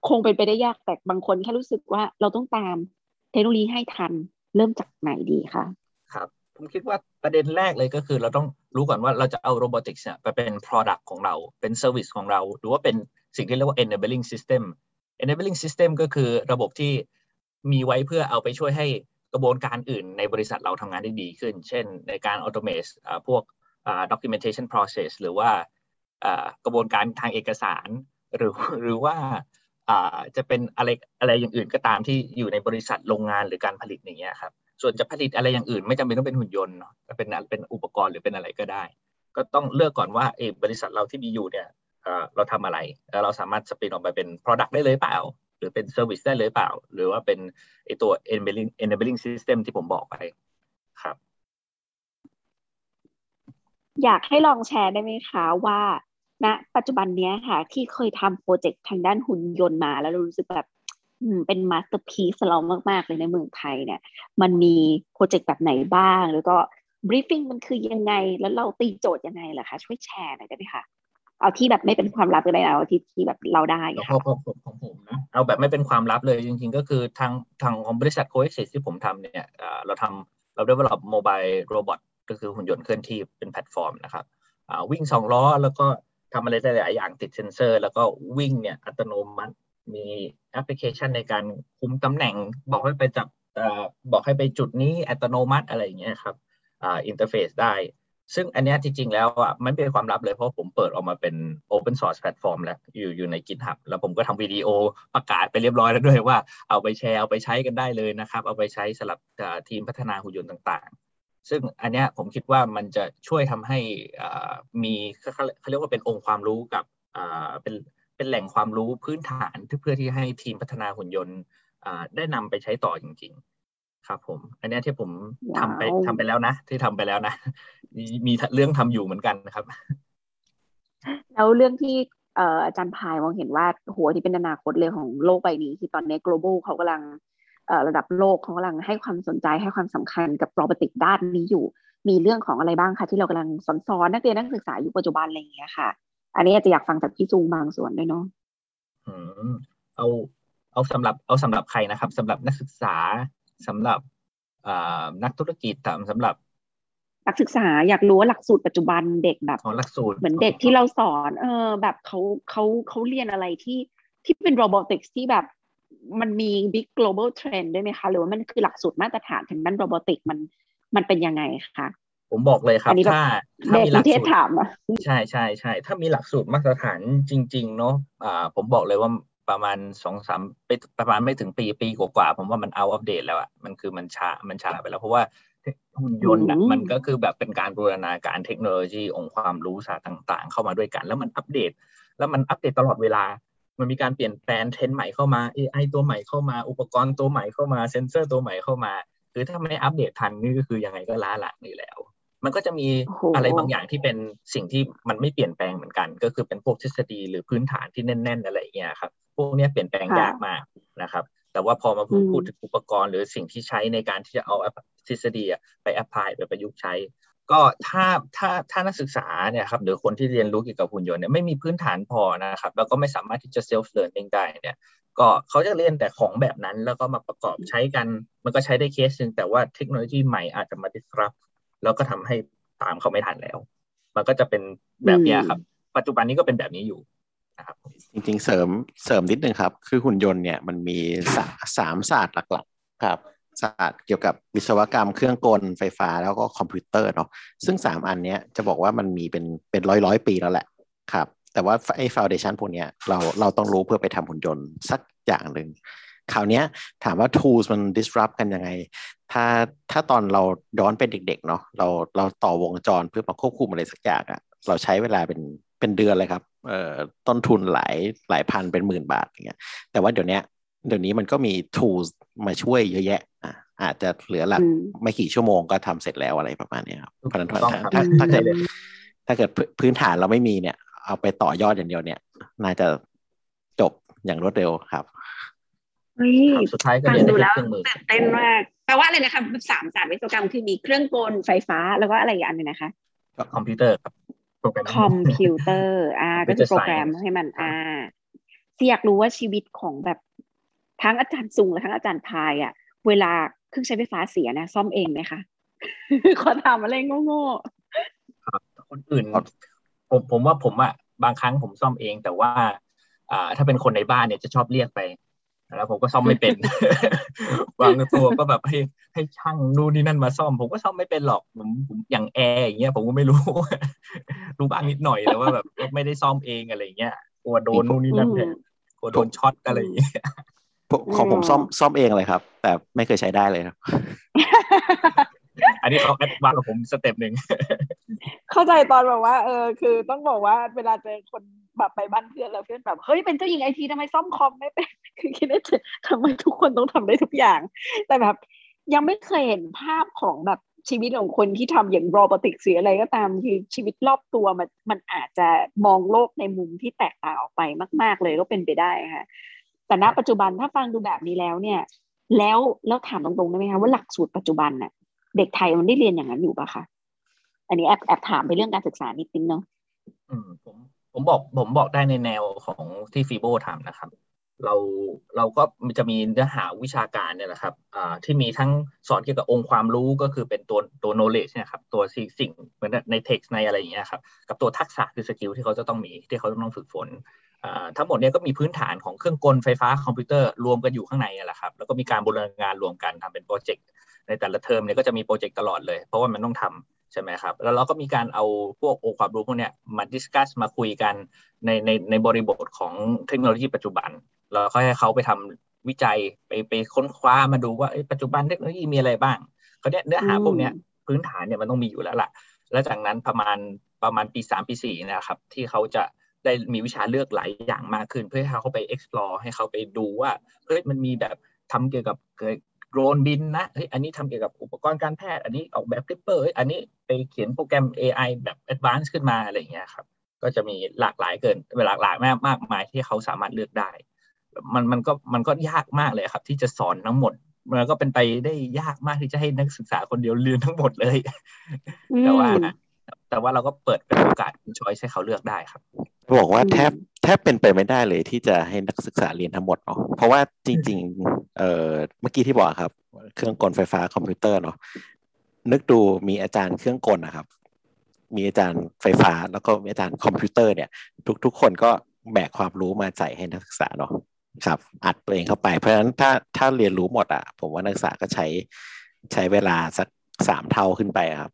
คงเป็นไปได้ยากแต่บางคนแค่รู้สึกว่าเราต้องตามเทคโนโลยีให้ทันเริ่มจากไหนดีคะครับผมคิดว่าประเด็นแรกเลยก็คือเราต้องรู้ก่อนว่าเราจะเอาโรบอติกส์เนี่ยไปเป็น product ของเราเป็น service ของเราหรือว่าเป็นสิ่งที่เรียกว่า enabling system enabling system ก็คือระบบที่มีไว้เพื่อเอาไปช่วยให้กระบวนการอื่นในบริษัทเราทำงานได้ดีขึ้นเช่นในการ automate พวก documentation process หรือว่ากระบวนการทางเอกสารหรือหรือว่าจะเป็นอะไรอะไรอย่างอื่นก็ตามที่อยู่ในบริษัทโรงงานหรือการผลิตอย่างเงี้ยครับส่วนจะผลิตอะไรอย่างอื่นไม่จำเป็นต้องเป็นหุ่นยนต์เนาะเป็นเป็นอุปกรณ์หรือเป็นอะไรก็ได้ก็ต้องเลือกก่อนว่าเออบริษัทเราที่มีอยู่เนี่ยเราทำอะไรแล้วเราสามารถสปินออกไปเป็น product ได้เลยเปล่าหรือเป็น service ได้เลยเปล่าหรือว่าเป็นไอตัว enabling enabling system ที่ผมบอกไปครับอยากให้ลองแชร์ได้ไหมคะว่าณปัจจุบันนี้ค่ะที่เคยทำโปรเจกต์ทางด้านหุ่นยนต์มาแล้วรู้สึกแบบเป็นมาสเตอร์พีซเรามากๆเลยในเมืองไทยเนี่ยมันมีโปรเจกต์แบบไหนบ้างแล้วก็บรีฟฟิ้งมันคือยังไงแล้วเราตีโจทย์ยังไงล่ะคะช่วยแชร์หน่อยได้ไหมคะเอาที่แบบไม่เป็นความลับก็ได้นะเอาที่ที่แบบเราได้ค่ะของผมของผมนะเอาแบบไม่เป็นความลับเลยจริงๆก็คือทางทางของบริษัท Coexist ที่ผมทำเนี่ยเราทำเรา develop mobile robot ก็คือหุ่นยนต์เคลื่อนที่เป็นแพลตฟอร์มนะครับวิ่งสองล้อแล้วก็ทำอะไรหลายๆอย่างติดเซ็นเซอร์แล้วก็วิ่งเนี่ยอัตโนมัติมีแอปพลิเคชันในการคุมตำแหน่งบอกให้ไปจับบอกให้ไปจุดนี้อัตโนมัติอะไรอย่างเงี้ยครับอินเทอร์เฟซได้ซึ่งอันนี้จริงๆแล้วอ่ะมันเป็นความลับเลยเพราะผมเปิดออกมาเป็น Open Source Platform แล้วอยู่อยู่ใน GitHub แล้วผมก็ทำวิดีโอประกาศไปเรียบร้อยแล้วด้วยว่าเอาไปแชร์เอาไปใช้กันได้เลยนะครับเอาไปใช้สำหรับทีมพัฒนาหุ่นยนต์ต่างๆซึ่งอันนี้ผมคิดว่ามันจะช่วยทำให้มีเขาเรียกว่าเป็นองค์ความรู้กับเป็นเป็นแหล่งความรู้พื้นฐานเพื่อที่ให้ทีมพัฒนาหุ่นยนต์ได้นำไปใช้ต่อจริงๆครับผมอันนี้ที่ผมทำไปทำไปแล้วนะที่ทำไปแล้วนะมีเรื่องทำอยู่เหมือนกันนะครับแล้วเรื่องที่อาจารย์พายมองเห็นว่าหัวที่เป็นอนาคตเลยของโลกใบนี้ที่ตอนนี้ global เขากำลังระดับโลกเขากำลังให้ความสนใจให้ความสำคัญกับ robotic ด้านนี้อยู่มีเรื่องของอะไรบ้างคะที่เรากำลังสอนสอนนักเรียนนักศึกษาอยู่ปัจจุบันอะไรอย่างเงี้ยค่ะอันนี้อาจจะอยากฟังจากพี่จูงบางส่วนด้วยเนาะอืมเอาเอาสำหรับเอาสำหรับใครนะครับสำหรับนักศึกษาสำหรับนักธุรกิจสำหรับนักศึกษาอยากรู้ว่าหลักสูตรปัจจุบันเด็กแบบหลักสูตรเหมือนเด็กที่เราสอนเออแบบเขาเขาเขาเรียนอะไรที่ที่เป็น robotics ที่แบบมันมี big global trend ด้วยไหมคะหรือว่ามันคือหลักสูตรมาตรฐานทางด้าน robotics มันมันเป็นยังไงคะผมบอกเลยครับถ้าถ้ามีหลักสูตรถามอ่ะใช่ใช่ใช่ถ้ามีหลักสูตรมาตรฐานจริงๆเนาะอ่าผมบอกเลยว่าประมาณสองสามประมาณไม่ถึงปีปีกว่าๆผมว่ามัน out of date แล้วอ่ะมันคือมันช้ามันช้าไปแล้วเพราะว่าหุ่นยนต์อ่ะมันก็คือแบบเป็นการบูรณาการเทคโนโลยีองค์ความรู้ศาสตร์ต่างๆเข้ามาด้วยกันแล้วมันอัปเดตแล้วมันอัปเดตตลอดเวลามันมีการเปลี่ยนแปลงเทรนด์ใหม่เข้ามา เอ ไอ ตัวใหม่เข้ามาอุปกรณ์ตัวใหม่เข้ามาเซ็นเซอร์ตัวใหม่เข้ามาคือถ้าไม่อัปเดตทันนี่ก็คือยังไงก็ล้าหลังนี่แล้วมันก็จะมีอะไรบางอย่างที่เป็นสิ่งที่มันไม่เปลี่ยนแปลงเหมือนกันก็คือเป็นพวกทฤษฎีหรือพื้นฐานที่แน่นๆอะไรอย่างเงี้ยครับพวกนี้เปลี่ยนแปลงยากมากนะครับแต่ว่าพอมาพูดถึงอุปกรณ์หรือสิ่งที่ใช้ในการที่จะเอาทฤษฎีไปแอพพลายไปประยุกต์ใช้ก็ถ้าถ้าถ้านักศึกษาเนี่ยครับหรือคนที่เรียนรู้เกี่ยวกับหุ่นยนต์เนี่ยไม่มีพื้นฐานพอนะครับแล้วก็ไม่สามารถที่จะ self learning ได้เนี่ยก็เขาจะเรียนแต่ของแบบนั้นแล้วก็มาประกอบใช้กันมันก็ใช้ได้เคสนึงแต่ว่าเทคโนโลยีใหม่อาจจะมา disrupt แล้วก็ทำให้ตามเขาไม่ทันแล้วมันก็จะเป็นแบบนี้ครับปัจจุบันนี้ก็เป็นแบบนี้อยู่นะครับจริงๆเสริมเสริมนิดนึงครับคือหุ่นยนต์เนี่ยมันมีสามศาสตร์หลักๆครับศาสตร์เกี่ยวกับวิศวกรรมเครื่องกลไฟฟ้าแล้วก็คอมพิวเตอร์เนาะซึ่งสามอันเนี้ยจะบอกว่ามันมีเป็นเป็นร้อยร้อยปีแล้วแหละครับแต่ว่าไอ้ฟาวเดชันพวกเนี้ยเราเราต้องรู้เพื่อไปทำหุ่นยนต์สักอย่างหนึ่งคราวนี้ถามว่า tools มัน disrupt กันยังไงถ้าถ้าตอนเราย้อนเป็นเด็กๆเนาะเราเราต่อวงจรเพื่อมาควบคุมอะไรสักอย่างอะเราใช้เวลาเป็นเป็นเดือนเลยครับเอ่อต้นทุนหลายหลายพันเป็นหมื่นบาทอย่างเงี้ยแต่ว่าเดี๋ยวนี้เดี๋ยวนี้มันก็มี tools มาช่วยเยอะแยะอ่ะอาจจะเหลือหลักไม่กี่ชั่วโมงก็ทำเสร็จแล้วอะไรประมาณนี้ครับเพราะฉะนั้นถ้าถ้าเกิดถ้าเกิดพื้นฐานเราไม่มีเนี่ยเอาไปต่อยอดอย่างเดียวเนี่ยน่าจะจบอย่างรวดเร็วครับสุดท้ายก็เรียนได้แค่เครื่องมือตื่นเต้นมากแปลว่าอะไรนะคะสามศาสตร์วิศวกรรมคือมีเครื่องกลไฟฟ้าแล้วก็อะไรอีกอันนึงนะคะคอมพิวเตอร์ครับคอมพิวเตอร์อ่าก็คือโปรแกรมให้มันอ่าอยากรู้ว่าชีวิตของแบบทั้งอาจารย์ซุงและทั้งอาจารย์พายอ่ะเวลาเครื่องใช้ไฟฟ้าเสียนะซ่อมเองไหมคะ ขอถามอะไรโง่ครับคนอื่นผมผมว่าผมอ่ะบางครั้งผมซ่อมเองแต่ว่าอ่าถ้าเป็นคนในบ้านเนี่ยจะชอบเรียกไปแล้วผมก็ซ่อมไม่เป็น บางตัวก็แบบให้ให้ช่างนู่นนี่นั่นมาซ่อมผมก็ซ่อมไม่เป็นหรอกผมผมอย่างแอร์อย่างเงี้ยผมก็ไม่รู้ รู้บ้างนิดหน่อยแต่ว่าแบบไม่ได้ซ่อมเองอะไรเงี้ยกลัวโดนนู่นนี่นั่นเนี่ยกลัวโดนช็อตอะไรอย่างเงี้ยของผมซ่อมซ่อมเองเลยครับแต่ไม่เคยใช้ได้เลยครับอันนี้เขาแอดวานซ์กว่าผมสเต็ปหนึ่งเข้าใจตอนแบบว่าเออคือต้องบอกว่าเวลาเจอคนแบบไปบ้านเพื่อนแล้วเพื่อนแบบเฮ้ยเป็นเจ้าหญิงไอทีทำไมซ่อมคอมไม่เป็นคือคิดได้ทำไมทุกคนต้องทำได้ทุกอย่างแต่แบบยังไม่เคยเห็นภาพของแบบชีวิตของคนที่ทำอย่างโรบอติกหรืออะไรก็ตามคือชีวิตรอบตัวมันมันอาจจะมองโลกในมุมที่แตกต่างออกไปมากๆเลยก็เป็นไปได้ค่ะแต่ณปัจจุบันถ้าฟังดูแบบนี้แล้วเนี่ยแล้วแล้วถามตรงๆได้ไหมคะว่าหลักสูตรปัจจุบันน่ะเด็กไทยมันได้เรียนอย่างนั้นอยู่ปะคะอันนี้แอบแอบถามไปเรื่องการศึกษานิดนึงเนาะอืมผมผมบอกผมบอกได้ในแนวของที่ฟีโบทำนะครับเราเราก็จะมีเนื้อหาวิชาการเนี่ยแหละครับอ่าที่มีทั้งสอนเกี่ยวกับองค์ความรู้ก็คือเป็นตัวตัว knowledge เนี่ยครับตัวสิ่งเหมือนใน text ในอะไรอย่างเงี้ยครับกับตัวทักษะคือสกิลที่เขาจะต้องมีที่เขาต้องฝึกฝนอ่าทั้งหมดเนี้ยก็มีพื้นฐานของเครื่องกลไฟฟ้าคอมพิวเตอร์รวมกันอยู่ข้างในแหละครับแล้วก็มีการบูรณาการรวมกันทำเป็นโปรเจกต์ในแต่ละเทอมเนี่ยก็จะมีโปรเจกต์ตลอดเลยเพราะว่ามันต้องทำใช่ไหมครับแล้วเราก็มีการเอาพวกองค์ความรู้พวกเนี้ยมาดิสคัสมาคุยกันในในในบริบทของเทคโนโลยีปัจจุบันเราก็ให้เขาไปทำวิจัยไปไปค้นคว้ามาดูว่าปัจจุบันเทคโนโลยีมีอะไรบ้างเขาเนี้ยเนื้อหาพวกเนี้ยพื้นฐานเนี่ยมันต้องมีอยู่แล้วล่ะแล้วจากนั้นประมาณประมาณปีสามปีสี่นะครับที่เขาจะได้มีวิชาเลือกหลายอย่างมากขึ้นเพื่อให้เขาไป explore ให้เขาไปดูว่าเฮ้ยมันมีแบบทำเกี่ยวกับโดรนบินนะเฮ้ยอันนี้ทำเกี่ยวกับอุปกรณ์การแพทย์อันนี้ออกแบบคลิปเปอร์เฮ้ยอันนี้ไปเขียนโปรแกรม เอ ไอ แบบ advanced ขึ้นมาอะไรอย่างเงี้ยครับก็จะมีหลากหลายเกินหลากหลายมากมากมายที่เขาสามารถเลือกได้มันมันก็มันก็ยากมากเลยครับที่จะสอนทั้งหมดมันก็เป็นไปได้ยากมากที่จะให้นักศึกษาคนเดียวเรียนทั้งหมดเลยแต่ว่าแต่ว่าเราก็เปิดเป็นโอกาสเป็นช้อยส์ให้เขาเลือกได้ครับบอกว่าแทบแทบเป็นไปไม่ได้เลยที่จะให้นักศึกษาเรียนทั้งหมดเนาะเพราะว่าจริงๆเอ่อเมื่อกี้ที่บอกครับเครื่องกลไฟฟ้าคอมพิวเตอร์เนาะนึกดูมีอาจารย์เครื่องกลนะครับมีอาจารย์ไฟฟ้าแล้วก็มีอาจารย์คอมพิวเตอร์เนี่ยทุกๆคนก็แบกความรู้มาใส่ให้นักศึกษาเนาะครับอัดตัวเองเข้าไปเพราะฉะนั้นถ้าถ้าเรียนรู้หมดอ่ะผมว่านักศึกษาก็ใช้ใช้เวลาสักสามเท่าขึ้นไปครับ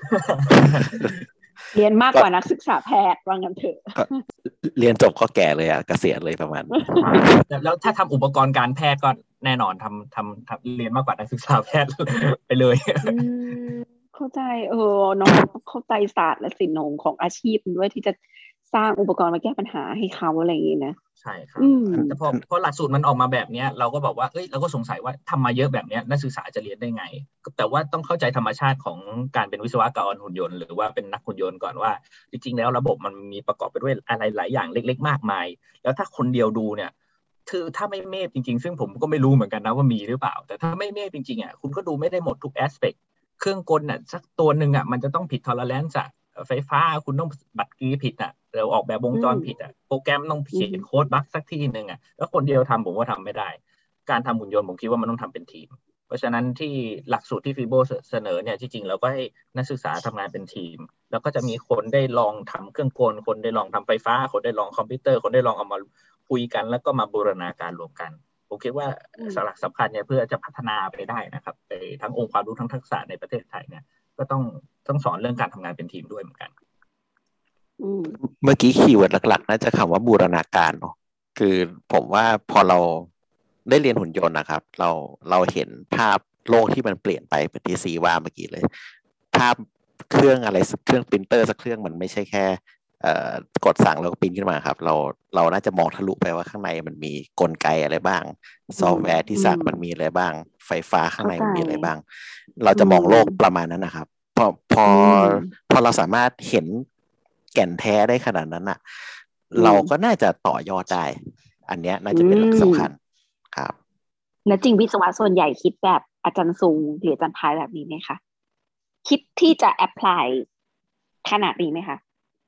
เรียนมากกว่านักศึกษาแพทย์ว่างั้นเถอะเรียนจบก็แก่เลยอ่ะเกษียณเลยประมาณแล้วถ้าทำอุปกรณ์การแพทย์ก็แน่นอนทำทำทำเรียนมากกว่านักศึกษาแพทย์ไปเลยเข้าใจเออน้องเข้าใจศาสตร์และศิลป์ของอาชีพด้วยที่จะสร้างอุปกรณ์มาแก้ปัญหาให้เขาอะไรอย่างนี้นะใช่ครับแต่พอพอหลักสูตรมันออกมาแบบนี้เราก็บอกว่าเอ้ยเราก็สงสัยว่าทำมาเยอะแบบนี้นักศึกษาจะเรียนได้ไงแต่ว่าต้องเข้าใจธรรมชาติของการเป็นวิศวกรหุ่นยนต์หรือว่าเป็นนักหุ่นยนต์ก่อนว่าจริงๆแล้วระบบมันมีประกอบไปด้วยอะไรหลายอย่างเล็กๆมากมายแล้วถ้าคนเดียวดูเนี่ยคือถ้าไม่เมฟจริงๆซึ่งผมก็ไม่รู้เหมือนกันนะว่ามีหรือเปล่าแต่ถ้าไม่เมฟจริงๆอ่ะคุณก็ดูไม่ได้หมดทุกแอสเปกเครื่องกลน่ะสักตัวหนึ่งอ่ะมันจะต้องผิดทอเลอเรนซ์ไฟฟ้าคุณต้องบัตรกีผิดอ่ะเราออกแบบวงจรผิดอ่ะโปรแกรมต้องเขียนโค้ดบั๊กสักที่หนึ่งอ่ะแล้วคนเดียวทำผมว่าทำไม่ได้การทำหุ่นยนต์ผมคิดว่ามันต้องทำเป็นทีมเพราะฉะนั้นที่หลักสูตรที่ฟีโบเสนอเนี่ยที่จริงเราก็ให้นักศึกษาทำงานเป็นทีมแล้วก็จะมีคนได้ลองทำเครื่องกลคนได้ลองทำไฟฟ้าคนได้ลองคอมพิวเตอร์คนได้ลองเอามาคุยกันแล้วก็มาบูรณาการรวมกันผมคิดว่าสาระสำคัญเนี่ยเพื่อจะพัฒนาไปได้นะครับไปทั้งองค์ความรู้ทั้งทักษะในประเทศไทยเนี่ยก็ต้องต้องสอนเรื่องการทำงานเป็นทีมด้วยเหมือนกันเมื่อกี้คีย์เวิร์ดหลักๆน่าจะคำว่าบูรณาการเนาะคือผมว่าพอเราได้เรียนหุ่นยนต์นะครับเราเราเห็นภาพโลกที่มันเปลี่ยนไปเหมือนที่ซีว่าเมื่อกี้เลยภาพเครื่องอะไรสักเครื่องปรินเตอร์สักเครื่องมันไม่ใช่แค่เอ่อกดสั่งแล้วก็ปริ้นขึ้นมาครับเราเราน่าจะมองทะลุไปว่าข้างในมันมีกลไกอะไรบ้างซอฟต์แวร์ที่สั่งมันมีอะไรบ้างไฟฟ้าข้างในมันมีอะไรบ้างเราจะมองโลกประมาณนั้นนะครับพอพอพอเราสามารถเห็นแก่นแท้ได้ขนาดนั้นอ่ะเราก็น่าจะต่อยอดได้อันเนี้ยน่าจะเป็นหลักสำคัญครับและจริงวิศวะส่วนใหญ่คิดแบบอาจารย์ซุงหรืออาจารย์พายแบบนี้ไหมคะคิดที่จะแอพพลายขนาดนี้ไหมคะ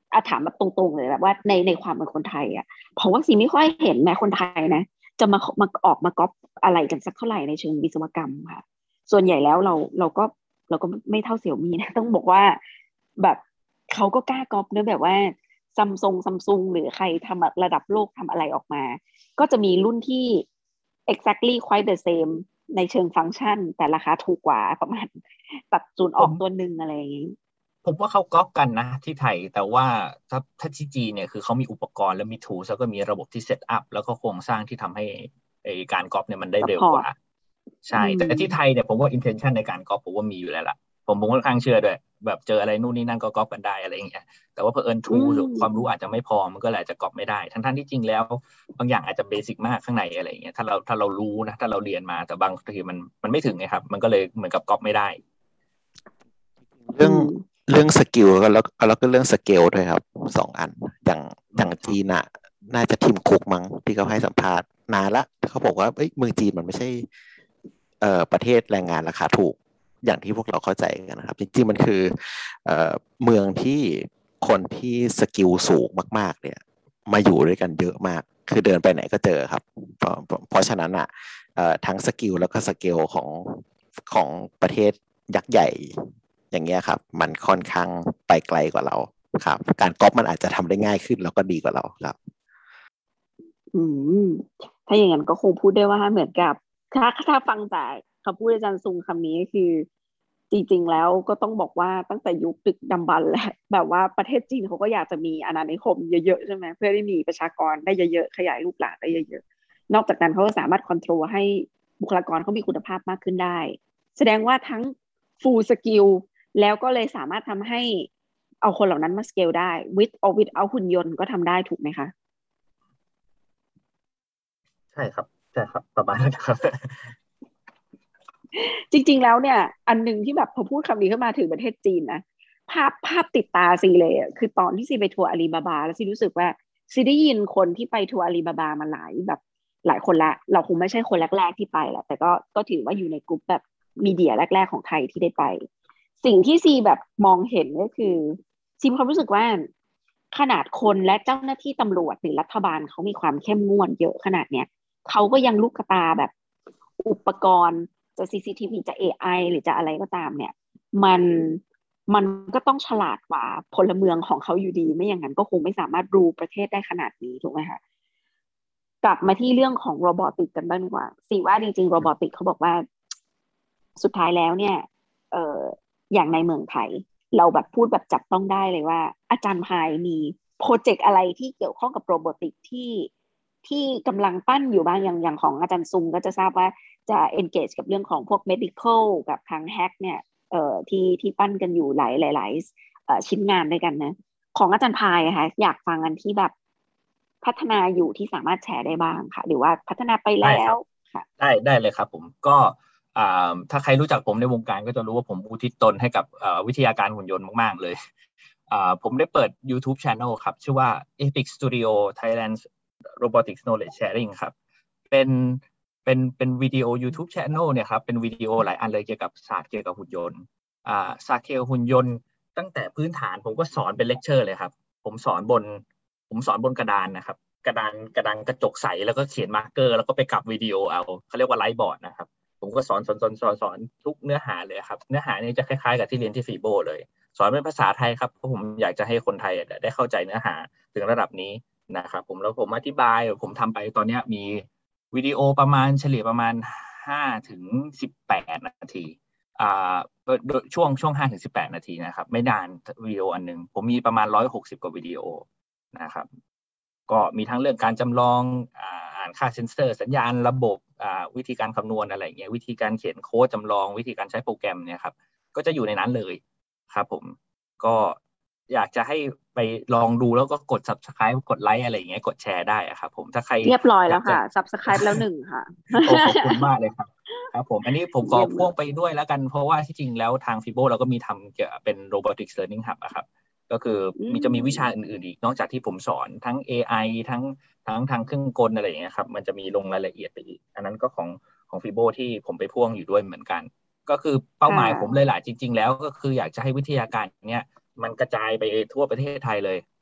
อาถามแบบตรงๆเลยแบบว่าในในความเป็นคนไทยอ่ะเพราะว่าสิไม่ค่อยเห็นแม้คนไทยนะจะมามาออกมาก๊อปอะไรกันสักเท่าไหร่ในเชิงวิศวกรรมค่ะส่วนใหญ่แล้วเราเราก็เราก็ไม่เท่าเสี่ยวมีนะต้องบอกว่าแบบเขาก็กล้าก๊อปเนอะแบบว่าซัมซุงซัมซุงหรือใครทำระดับโลกทำอะไรออกมาก็จะมีรุ่นที่ exactly quite the same ในเชิงฟังก์ชันแต่ราคาถูกกว่าประมาณตัดศูนย์ออกตัวหนึ่งอะไรอย่างนี้ผมว่าเขาก๊อปกันนะที่ไทยแต่ว่าถ้าถ้าที่จีนเนี่ยคือเขามีอุปกรณ์และมีทูลแล้วก็มีระบบที่เซตอัพแล้วก็โครงสร้างที่ทำให้ไอการก๊อปเนี่ยมันได้เร็วกว่าใช่แต่ที่ไทยเนี่ยผมว่า intention ในการก๊อปผมว่ามีอยู่แล้วล่ะผมผมค่อนข้างเชื่อด้วยแบบเจออะไรนู่นนี่นั่นก็ก๊อปกันได้อะไรอย่างเงี้ยแต่ว่าเผอิญทูลความรู้อาจจะไม่พอมันก็เลยอาจจะก๊อปไม่ได้ทั้งๆที่จริงแล้วบางอย่างอาจจะเบสิกมากข้างในอะไรอย่างเงี้ยถ้าเราถ้าเรารู้นะถ้าเราเรียนมาแต่บางทีมันมันไม่ถึงไงครับมันก็เลยเหมือนกับก๊อปไม่ได้เรื่องเรื่องสกิลแล้วแล้วก็เรื่องสเกลด้วยครับสองอันอย่างอย่างจีนอะน่าจะทีมคุกมั้งที่เขาให้สัมภาษณ์นานละเขาบอกว่าเอ้ยเมืองจีนมันไม่ใช่เอ่อประเทศแรงงานราคาถูกอย่างที่พวกเราเข้าใจกันนะครับจริงๆมันคือเอ่อเมืองที่คนที่สกิลสูงมากๆเนี่ยมาอยู่ด้วยกันเยอะมากคือเดินไปไหนก็เจอครับเพราะเพราะฉะนั้นอ่ะเอ่อทั้งสกิลแล้วก็สเกลของของประเทศยักษ์ใหญ่อย่างเงี้ยครับมันค่อนข้างไปไกลกว่าเราครับการก๊อปมันอาจจะทำได้ง่ายขึ้นแล้วก็ดีกว่าเราครับอืมถ้าอย่างนั้นก็คงพูดได้ว่าเหมือนกับถ้าถ้าฟังจากคำพูดอาจารย์ซุงคำนี้ก็คือจริงๆแล้วก็ต้องบอกว่าตั้งแต่ยุคดึกดำบรรพ์แหละแบบว่าประเทศจีนเขาก็อยากจะมีอาณานิคมเยอะๆใช่ไหมเพื่อได้มีประชากรได้เยอะๆขยายลูกหลานได้เยอะๆนอกจากนั้นเขาก็สามารถคอนโทรลให้บุคลากรเขามีคุณภาพมากขึ้นได้แสดงว่าทั้ง full skill แล้วก็เลยสามารถทำให้เอาคนเหล่านั้นมาสเกลได้ with or without หุ่นยนต์ก็ทำได้ถูกไหมคะใช่ครับใช่ครับประมาณนั้นครับจริงๆแล้วเนี่ยอันหนึ่งที่แบบพอพูดคำนี้ขึ้นมาถึงประเทศจีนนะภาพภาพติดตาซีเลยอ่ะคือตอนที่ซีไปทัวร์อาลีบาบาแล้วซีรู้สึกว่าซีได้ยินคนที่ไปทัวร์อาลีบาบามาหลายแบบหลายคนละเราคงไม่ใช่คนแรกๆที่ไปแหละแต่ก็ก็ถือว่าอยู่ในกลุ่มแบบมีเดียแรกๆของไทยที่ได้ไปสิ่งที่ซีแบบมองเห็นก็คือซีมีความรู้สึกว่าขนาดคนและเจ้าหน้าที่ตำรวจหรือรัฐบาลเขามีความเข้มงวดเยอะขนาดเนี้ยเขาก็ยังลูกตาแบบอุปกรณ์จะ ซี ซี ที วี จะ เอ ไอ หรือจะอะไรก็ตามเนี่ยมันมันก็ต้องฉลาดกว่าพลเมืองของเขาอยู่ดีไม่อย่างนั้นก็คงไม่สามารถรูประเทศได้ขนาดนี้ถูกไหมคะกลับมาที่เรื่องของโรบอติกกันบ้างดีกว่าสิว่าจริงๆโรบอติกเขาบอกว่าสุดท้ายแล้วเนี่ยเอ่ออย่างในเมืองไทยเราแบบพูดแบบจับต้องได้เลยว่าอาจารย์พายมีโปรเจกต์อะไรที่เกี่ยวข้องกับโรบอติกที่ที่กำลังปั้นอยู่บ้างอย่างอย่างของอาจารย์ซุงก็จะทราบว่าจะ engage กับเรื่องของพวก medical กับทาง hack เนี่ยเอ่อที่ที่ปั้นกันอยู่หลายหลายหลายเอ่อชิ้นงานด้วยกันนะของอาจารย์พายค่ะอยากฟังกันที่แบบพัฒนาอยู่ที่สามารถแชร์ได้บ้างค่ะหรือว่าพัฒนาไปแล้วค่ะได้ได้เลยครับผมก็ถ้าใครรู้จักผมในวงการก็จะรู้ว่าผมอุทิศตนให้กับวิทยาการหุ่นยนต์มากๆเลยผมได้เปิด YouTube Channel ครับชื่อว่า Epic Studio Thailand's Robotics Knowledge Sharing ครับเป็นเป็นเป็นวิดีโอ YouTube Channel เนี่ยครับเป็นวิดีโอหลายอันเลยเกี่ยวกับศาสตร์เกี่ยวกับหุ่นยนต์ศาสตร์เกี่ยวกับหุ่นยนต์ตั้งแต่พื้นฐานผมก็สอนเป็นเลคเชอร์เลยครับผมสอนบนผมสอนบนกระดานนะครับกระดานกระดานกระจกใสแล้วก็เขียนมาร์กเกอร์แล้วก็ไปกลับวิดีโอเอาเขาเรียกว่าไลท์บอร์ดนะครับผมก็สอนสอนสอนสอนสอนทุกเนื้อหาเลยครับเนื้อหานี้จะคล้ายๆกับที่เรียนที่ฟีโบเลยสอนเป็นภาษาไทยครับเพราะผมอยากจะให้คนไทยได้เข้าใจเนื้อหาถึงระดับนี้นะครับผมแล้วผมอธิบายผมทำไปตอนนี้มีวิดีโอประมาณเฉลี่ยประมาณห้าถึงสิบแปดนาทีอ่าช่วงช่วงห้าถึงสิบแปดนาทีนะครับไม่นานวิดีโออันนึงผมมีประมาณหนึ่งร้อยหกสิบกว่าวิดีโอนะครับก็มีทั้งเรื่องการจำลองอ่านค่าเซนเซอร์สัญญาณระบบวิธีการคำนวณอะไรเงี้ยวิธีการเขียนโค้ดจำลองวิธีการใช้โปรแกรมเนี่ยครับก็จะอยู่ในนั้นเลยครับผมก็อยากจะให้ไปลองดูแล้วก็กด Subscribe กดไลค์อะไรอย่างเงี้ยกดแชร์ได้ครับผมถ้าใครเรียบร้อยแล้วค่ะ Subscribe แล้วหนึ่งค่ะโอ้ขอบคุณมากเลยครับครับผมอันนี้ผมขอพ่วงไปด้วยแล้วกันเพราะว่าที่จริงแล้วทางฟิโบเราก็มีทำเกี่ยวกับเป็น Robotics Learning Hub อะครับก็คือมีจะมีวิชาอื่นๆอีกนอกจากที่ผมสอนทั้ง เอ ไอ ทั้งทั้งทางเครื่องกลอะไรอย่างเงี้ยครับมันจะมีลงรายละเอียดไปอีกอันนั้นก็ของของฟิโบที่ผมไปพ่วงอยู่ด้วยเหมือนกันก็คือเป้าหมายผมเลยแหละจริงๆแล้วก็คืออยากจะให้วิทยาการเนี้ยมันกระจายไปทั่วประเทศไทยเลย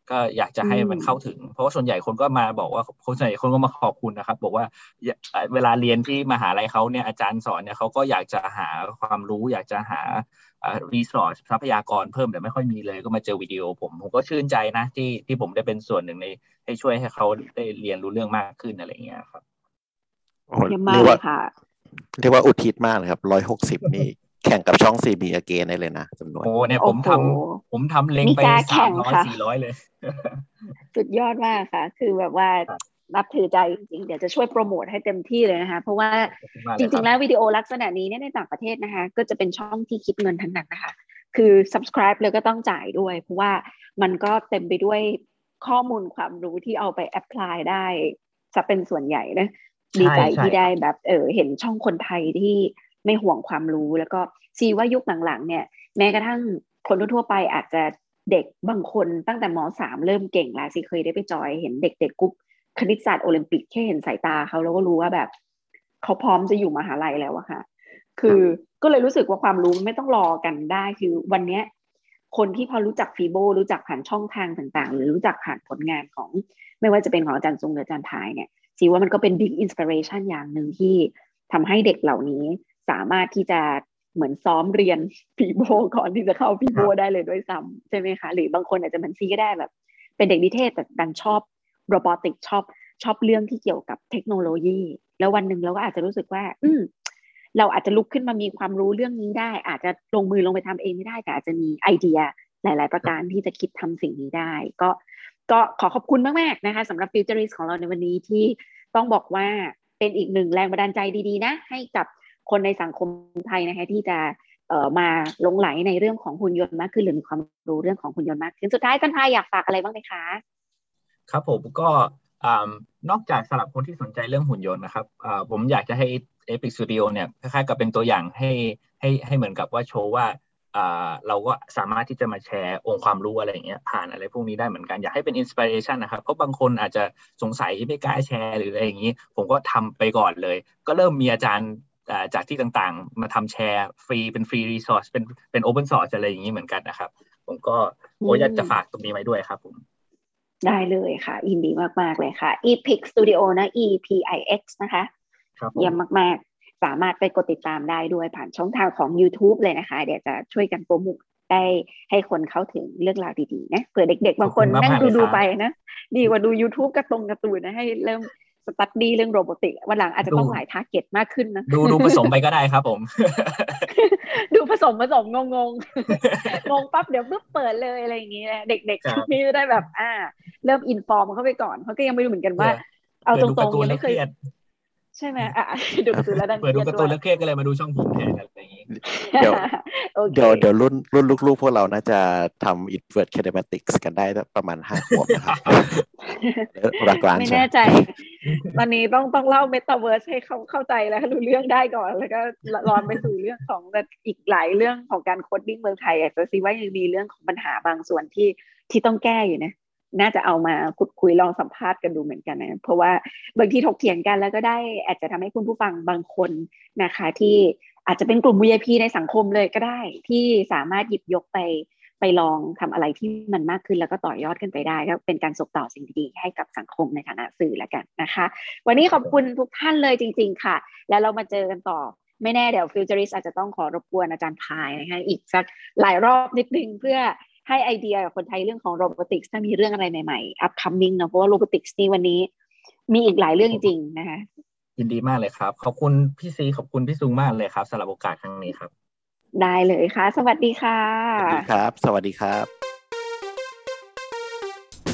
ก็อยากจะให้มันเข้าถึงเพราะว่าส่วนใหญ่คนก็มาบอกว่าคนส่วนใหญ่คนก็มาขอบคุณนะครับบอกว่าเวลาเรียนที่มหาลัยเขาเนี่ยอาจารย์สอนเนี่ยเขาก็อยากจะหาความรู้อยากจะหารีซอร์สทรัพยากรเพิ่มแต่ไม่ค่อยมีเลยก็มาเจอวิดีโอผมผมก็ชื่นใจนะที่ที่ผมได้เป็นส่วนหนึ่งในให้ช่วยให้เขาได้เรียนรู้เรื่องมากขึ้นอะไรอย่างเงี้ยครับเยี่ยมมากเลยค่ะเรียกว่าอุทิศมากเลยครับหนึ่งร้อยหกสิบนี่แข่งกับช่อง ซี บี Again ได้เลยนะจำนวนโอ้เนี่ยผมทำผมทำเล็งไปสามร้อย สี่ร้อยเลยสุดยอดมากค่ะคือแบบว่านับถือใจจริงๆเดี๋ยวจะช่วยโปรโมทให้เต็มที่เลยนะคะเพราะว่าจริงๆแล้ววิดีโอลักษณะนี้เนี่ยในต่างประเทศนะคะก็จะเป็นช่องที่คิดเงินทั้งนั้นนะคะคือ subscribe เลยก็ต้องจ่ายด้วยเพราะว่ามันก็เต็มไปด้วยข้อมูลความรู้ที่เอาไป apply ได้จะเป็นส่วนใหญ่นะดีใจที่ได้แบบเออเห็นช่องคนไทยที่ไม่ห่วงความรู้แล้วก็ซีว่ายุคหลังๆเนี่ยแม้กระทั่งคนทั่วไปอาจจะเด็กบางคนตั้งแต่ม.สาม เริ่มเก่งแล้วซีเคยได้ไปจอยเห็นเด็กๆกรุ๊ปคณิตศาสตร์โอลิมปิกแค่เห็นสายตาเขาแล้วก็รู้ว่าแบบเขาพร้อมจะอยู่มหาลัยแล้วอะค่ะคือก็เลยรู้สึกว่าความรู้ไม่ต้องรอกันได้คือวันนี้คนที่พอรู้จักฟีโบรู้จักผ่านช่องทางต่างๆหรือรู้จักผ่านผลงานของไม่ว่าจะเป็นของอาจารย์ซุงหรืออาจารย์ทายเนี่ยซีว่ามันก็เป็น big inspiration อย่างหนึ่งที่ทำให้เด็กเหล่านี้สามารถที่จะเหมือนซ้อมเรียนฟีโบก่อนที่จะเข้าฟีโบได้เลยด้วยซ้ำใช่ไหมคะหรือบางคนอาจจะเหมือนซีก็ได้แบบเป็นเด็กนิเทศแต่ดันชอบโรบอติกชอบชอบเรื่องที่เกี่ยวกับเทคโนโลยีแล้ววันหนึ่งเราก็อาจจะรู้สึกว่าอืมเราอาจจะลุกขึ้นมามีความรู้เรื่องนี้ได้อาจจะลงมือลงไปทำเองไม่ได้แต่อาจจะมีไอเดียหลายๆประการที่จะคิดทำสิ่งนี้ได้ก็ก็ขอขอบคุณมากๆนะคะสำหรับ Futurist ของเราในวันนี้ที่ต้องบอกว่าเป็นอีกหนึ่งแรงบันดาลใจดีๆนะให้กับคนในสังคมไทยนะคะที่จะเอ่อมาหลงไหลในเรื่องของหุ่นยนต์มากขึ้นหรือมีความรู้เรื่องของหุ่นยนต์มากขึ้นสุดท้ายท่านพายอยากฝากอะไรบ้างไหมคะครับผมก็นอกจากสำหรับคนที่สนใจเรื่องหุ่นยนต์นะครับผมอยากจะให้ Epic Studio เนี่ยคล้ายๆกับเป็นตัวอย่างให้ให้ให้เหมือนกับว่าโชว์ว่าเราก็สามารถที่จะมาแชร์องค์ความรู้อะไรอย่างเงี้ยผ่านอะไรพวกนี้ได้เหมือนกันอยากให้เป็นอินสปิเรชันนะครับเพราะบางคนอาจจะสงสัยไม่กล้าแชร์หรืออะไรอย่างนี้ผมก็ทำไปก่อนเลยก็เริ่มมีอาจารย์จากที่ต่างๆมาทำแชร์ฟรีเป็นฟรีรีซอร์สเป็นเป็นโอเพนซอร์สอะไรอย่างนี้เหมือนกันนะครับผมก็โอ้อยากจะฝากตรงนี้ไว้ด้วยครับผมได้เลยค่ะยินดีมากๆเลยค่ะ Epic Studio นะ E P I X นะคะเยี่ยมมากๆสามารถไปกดติดตามได้ด้วยผ่านช่องทางของ YouTube เลยนะคะเดี๋ยวจะช่วยกันโปรโมทได้ให้คนเข้าถึงเรื่องราวดีๆนะเผื่อเด็กๆบางคนนั่งดูๆไปนะดีกว่าดู YouTube กระตงการ์ตูนนะให้เริ่มสตั๊ดดี้เรื่องโรบอติกวันหลังอาจจะต้องหลายทาร์เก็ตมากขึ้นนะดูดูผสมไปก็ได้ครับผมดูผสมผสมงงงงงปั๊บเดี๋ยวปุ๊บเปิดเลยอะไรอย่างเงี้ยเด็กๆช่วงนี้ได้แบบอ่าเริ่มอินฟอร์มเข้าไปก่อนเขาก็ยังไม่รู้เหมือนกันว่าเอาตรงๆยังไม่เคยใช่ไหมอ่ะดูการ์ตูนแล้วดันเปิดดูการ์ตูนแล้วเครียดก็เลยมาดูช่องผมแทนอะไรอย่างงี้เดี๋ยวเดี๋ยวเดี๋ยวรุ่นรุ่นลูกๆพวกเราน่าจะทำ invert kinematics กันได้ประมาณห้าขวบนะครับรักล้านไม่แน่ใจตอนนี้ต้องต้องเล่า Metaverse ให้เขาเข้าใจแล้วรู้เรื่องได้ก่อนแล้วก็รอนไปสู่เรื่องของอีกหลายเรื่องของการโคดดิ้งเมืองไทยอาจจะซีว่ายังมีเรื่องของปัญหาบางส่วนที่ที่ต้องแก้อยู่นะน่าจะเอามาคุยคุยลองสัมภาษณ์กันดูเหมือนกันนะเพราะว่าบางทีถกเถียงกันแล้วก็ได้อาจจะทำให้คุณผู้ฟังบางคนนะคะที่อาจจะเป็นกลุ่ม วี ไอ พี ในสังคมเลยก็ได้ที่สามารถหยิบยกไปไปลองทำอะไรที่มันมากขึ้นแล้วก็ต่อยอดกันไปได้ก็เป็นการส่งต่อสิ่งดีๆให้กับสังคมในฐานะสื่อแล้วกันนะคะวันนี้ขอบคุณทุกท่านเลยจริงๆค่ะแล้วเรามาเจอกันต่อไม่แน่เดี๋ยว Futurist อาจจะต้องขอรบกวนอาจารย์พายนะคะอีกสักหลายรอบนิดนึงเพื่อให้ไอเดียกับคนไทยเรื่องของโรบอติกส์ถ้ามีเรื่องอะไรใหม่ๆ upcoming เนาะเพราะว่าโรบอติกส์นี่วันนี้มีอีกหลายเรื่องจริงๆนะคะยินดีมากเลยครับขอบคุณพี่ซีขอบคุณพี่ซุงมากเลยครับสำหรับโอกาสครั้งนี้ครับได้เลยค่ะสวัสดีค่ะสวัสดีครับสวัสดีครับ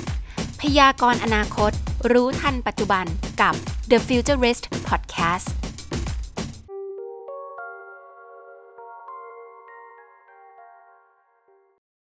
พยากรณ์อนาคตรู้ทันปัจจุบันกับ The Futurist Podcast